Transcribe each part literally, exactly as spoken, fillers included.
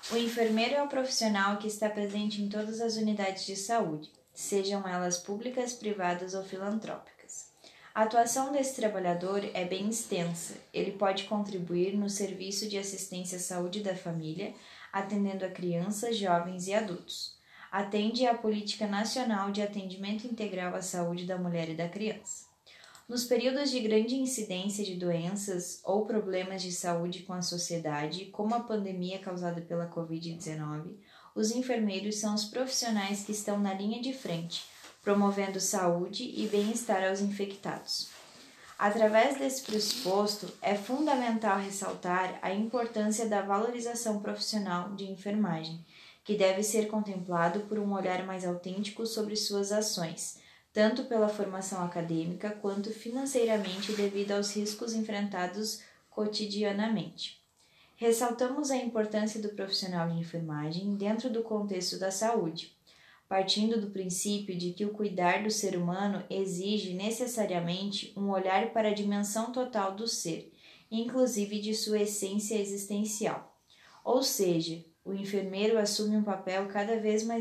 O enfermeiro é o profissional que está presente em todas as unidades de saúde, sejam elas públicas, privadas ou filantrópicas. A atuação desse trabalhador é bem extensa. Ele pode contribuir no serviço de assistência à saúde da família, atendendo a crianças, jovens e adultos. Atende à Política Nacional de Atendimento Integral à Saúde da Mulher e da Criança. Nos períodos de grande incidência de doenças ou problemas de saúde com a sociedade, como a pandemia causada pela covid dezenove, os enfermeiros são os profissionais que estão na linha de frente, promovendo saúde e bem-estar aos infectados. Através desse pressuposto, é fundamental ressaltar a importância da valorização profissional de enfermagem, que deve ser contemplado por um olhar mais autêntico sobre suas ações, tanto pela formação acadêmica quanto financeiramente devido aos riscos enfrentados cotidianamente. Ressaltamos a importância do profissional de enfermagem dentro do contexto da saúde, partindo do princípio de que o cuidar do ser humano exige necessariamente um olhar para a dimensão total do ser, inclusive de sua essência existencial. Ou seja, o enfermeiro assume um papel cada vez mais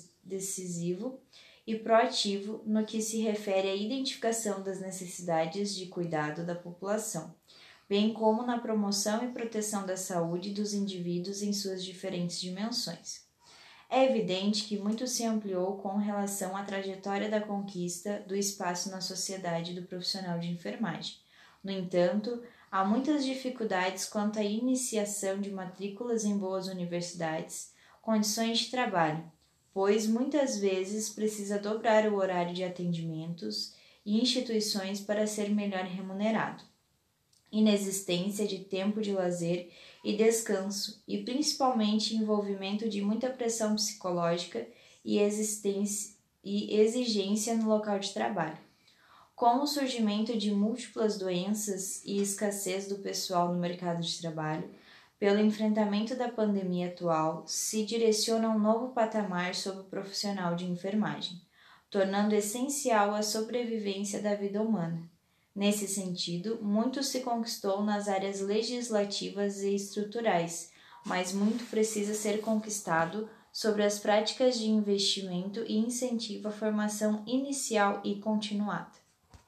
decisivo e proativo no que se refere à identificação das necessidades de cuidado da população, bem como na promoção e proteção da saúde dos indivíduos em suas diferentes dimensões. É evidente que muito se ampliou com relação à trajetória da conquista do espaço na sociedade do profissional de enfermagem. No entanto, há muitas dificuldades quanto à iniciação de matrículas em boas universidades, condições de trabalho, pois muitas vezes precisa dobrar o horário de atendimentos e instituições para ser melhor remunerado, inexistência de tempo de lazer e descanso e principalmente envolvimento de muita pressão psicológica e, existência, e exigência no local de trabalho. Com o surgimento de múltiplas doenças e escassez do pessoal no mercado de trabalho, pelo enfrentamento da pandemia atual, se direciona um novo patamar sobre o profissional de enfermagem, tornando essencial a sobrevivência da vida humana. Nesse sentido, muito se conquistou nas áreas legislativas e estruturais, mas muito precisa ser conquistado sobre as práticas de investimento e incentivo à formação inicial e continuada.